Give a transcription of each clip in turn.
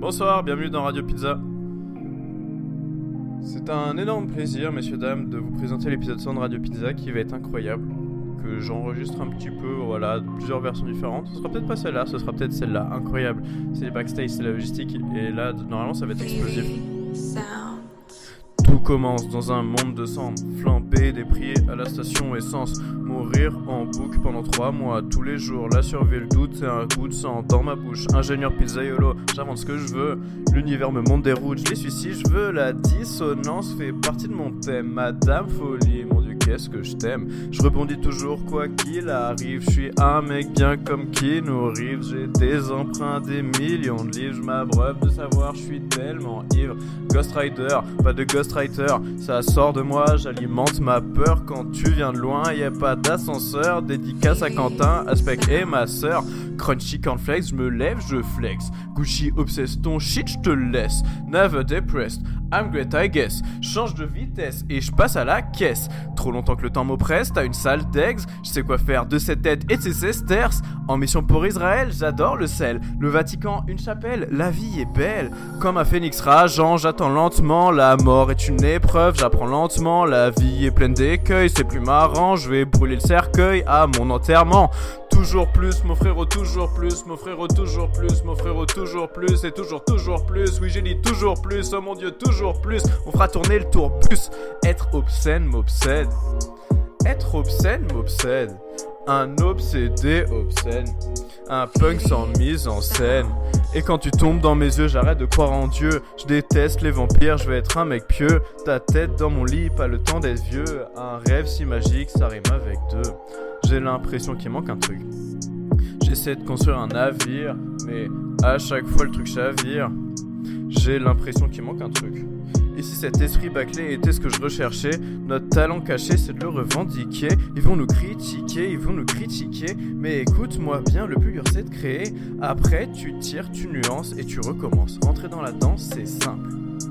Bonsoir, bienvenue dans Radio Pizza. C'est un énorme plaisir, messieurs, dames, de vous présenter l'épisode 100 de Radio Pizza qui va être incroyable. Que j'enregistre un petit peu, plusieurs versions différentes. Ce sera peut-être pas celle-là, ce sera peut-être celle-là. Incroyable. C'est les backstage, c'est la logistique. Et là, normalement, ça va être explosif. Tout commence dans un monde de sang, flamber des prix à la station essence, mourir en boucle pendant 3 mois, tous les jours, la survie, le doute et un coup de sang dans ma bouche, ingénieur pizzaiolo, j'invente ce que je veux, l'univers me montre des routes, je les suis si je veux, la dissonance fait partie de mon thème, madame folie, mon dieu qu'est-ce que je t'aime, je rebondis toujours quoi qu'il arrive, je suis un mec bien comme Keanu Reeves, j'ai des emprunts, des millions de livres, je m'abreuve de savoir, je suis tellement ivre, Ghost Rider, pas de Ghost Rider, ça sort de moi, j'alimente ma peur quand tu viens de loin, y a pas d'ascenseur, dédicace à Quentin, Aspect et ma sœur, Crunchy Cornflakes, je me lève, je flex, Gucci obsesse ton shit, je te laisse, Never depressed, I'm great I guess, change de vitesse et je passe à la caisse, trop longtemps que le temps m'oppresse, t'as une sale d'ex, je sais quoi faire de cette tête et de ces sesterces, en mission pour Israël, j'adore le sel, le Vatican, une chapelle, la vie est belle, comme un phénix rageant, j'attends lentement, la mort est une épreuve, j'apprends lentement, la vie est pleine d'écueils, c'est plus marrant, je vais brûler le cercueil à mon enterrement. Toujours plus, mon frérot, toujours plus, mon frérot, toujours plus, mon frérot, toujours plus, et toujours plus, oui j'ai dit toujours plus, oh mon dieu, toujours plus, on fera tourner le tour plus, être obscène m'obsède, être obscène m'obsède, un obsédé obscène, un punk sans mise en scène, et quand tu tombes dans mes yeux, j'arrête de croire en Dieu, je déteste les vampires, je vais être un mec pieux, ta tête dans mon lit, pas le temps d'être vieux, un rêve si magique, ça rime avec deux. J'ai l'impression qu'il manque un truc. J'essaie de construire un navire, mais à chaque fois le truc chavire. J'ai l'impression qu'il manque un truc. Et si cet esprit bâclé était ce que je recherchais, notre talent caché c'est de le revendiquer. Ils vont nous critiquer, mais écoute-moi bien, le plus dur c'est de créer. Après tu tires, tu nuances et tu recommences. Rentrer dans la danse c'est simple.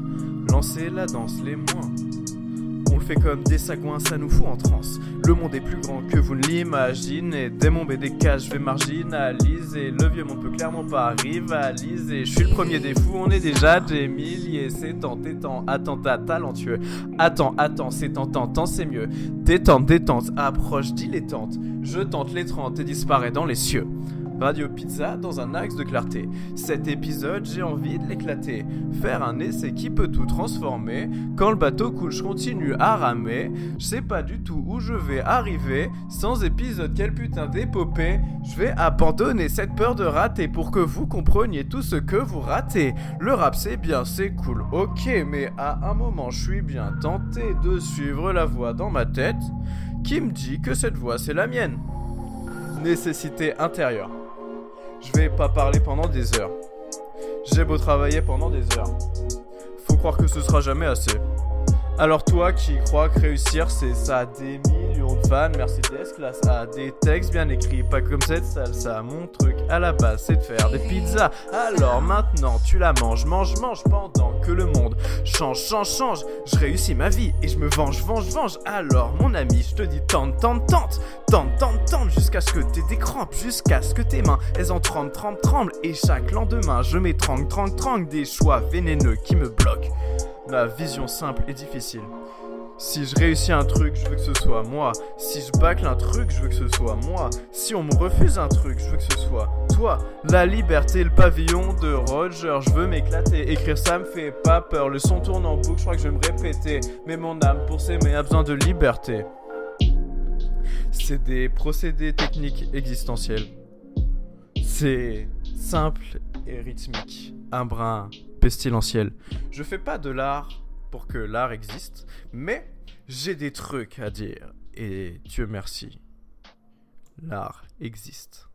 Lancer la danse les moins. On le fait comme des sagouins, ça nous fout en transe. Le monde est plus grand que vous ne l'imaginez. Dès mon BDK, je vais marginaliser. Le vieux monde peut clairement pas rivaliser. Je suis le premier des fous, on est déjà des milliers. C'est tant, attentat talentueux. Attends, c'est tant, c'est mieux. Détente, approche dilettante. Je tente les 30 et disparais dans les cieux. Radio Pizza dans un axe de clarté. Cet épisode, j'ai envie de l'éclater. Faire un essai qui peut tout transformer. Quand le bateau coule, je continue à ramer. Je sais pas du tout où je vais arriver. Sans épisode, quelle putain d'épopée. Je vais abandonner cette peur de rater pour que vous compreniez tout ce que vous ratez. Le rap c'est bien, c'est cool, ok, mais à un moment, je suis bien tenté de suivre la voix dans ma tête qui me dit que cette voix c'est la mienne. Nécessité intérieure. Je vais pas parler pendant des heures. J'ai beau travailler pendant des heures. Faut croire que ce sera jamais assez. Alors toi qui crois que réussir c'est ça a des millions de fans, Mercedes classe A, des textes bien écrits, pas comme cette salsa. Mon truc à la base c'est de faire des pizzas. Alors maintenant tu la manges pendant que le monde change. Je réussis ma vie et je me venge. Alors mon ami je te dis tente jusqu'à ce que t'aies des crampes, jusqu'à ce que tes mains elles en tremblent. Et chaque lendemain je m'étrangle des choix vénéneux qui me bloquent. Ma vision simple et difficile. Si je réussis un truc, je veux que ce soit moi. Si je bâcle un truc, je veux que ce soit moi. Si on me refuse un truc, je veux que ce soit toi. La liberté, le pavillon de Roger, je veux m'éclater. Écrire ça me fait pas peur. Le son tourne en boucle, je crois que je vais me répéter. Mais mon âme pour s'aimer a besoin de liberté. C'est des procédés techniques existentiels. C'est simple et rythmique. Un brin pestilentiel. Je fais pas de l'art pour que l'art existe, mais j'ai des trucs à dire et Dieu merci, l'art existe.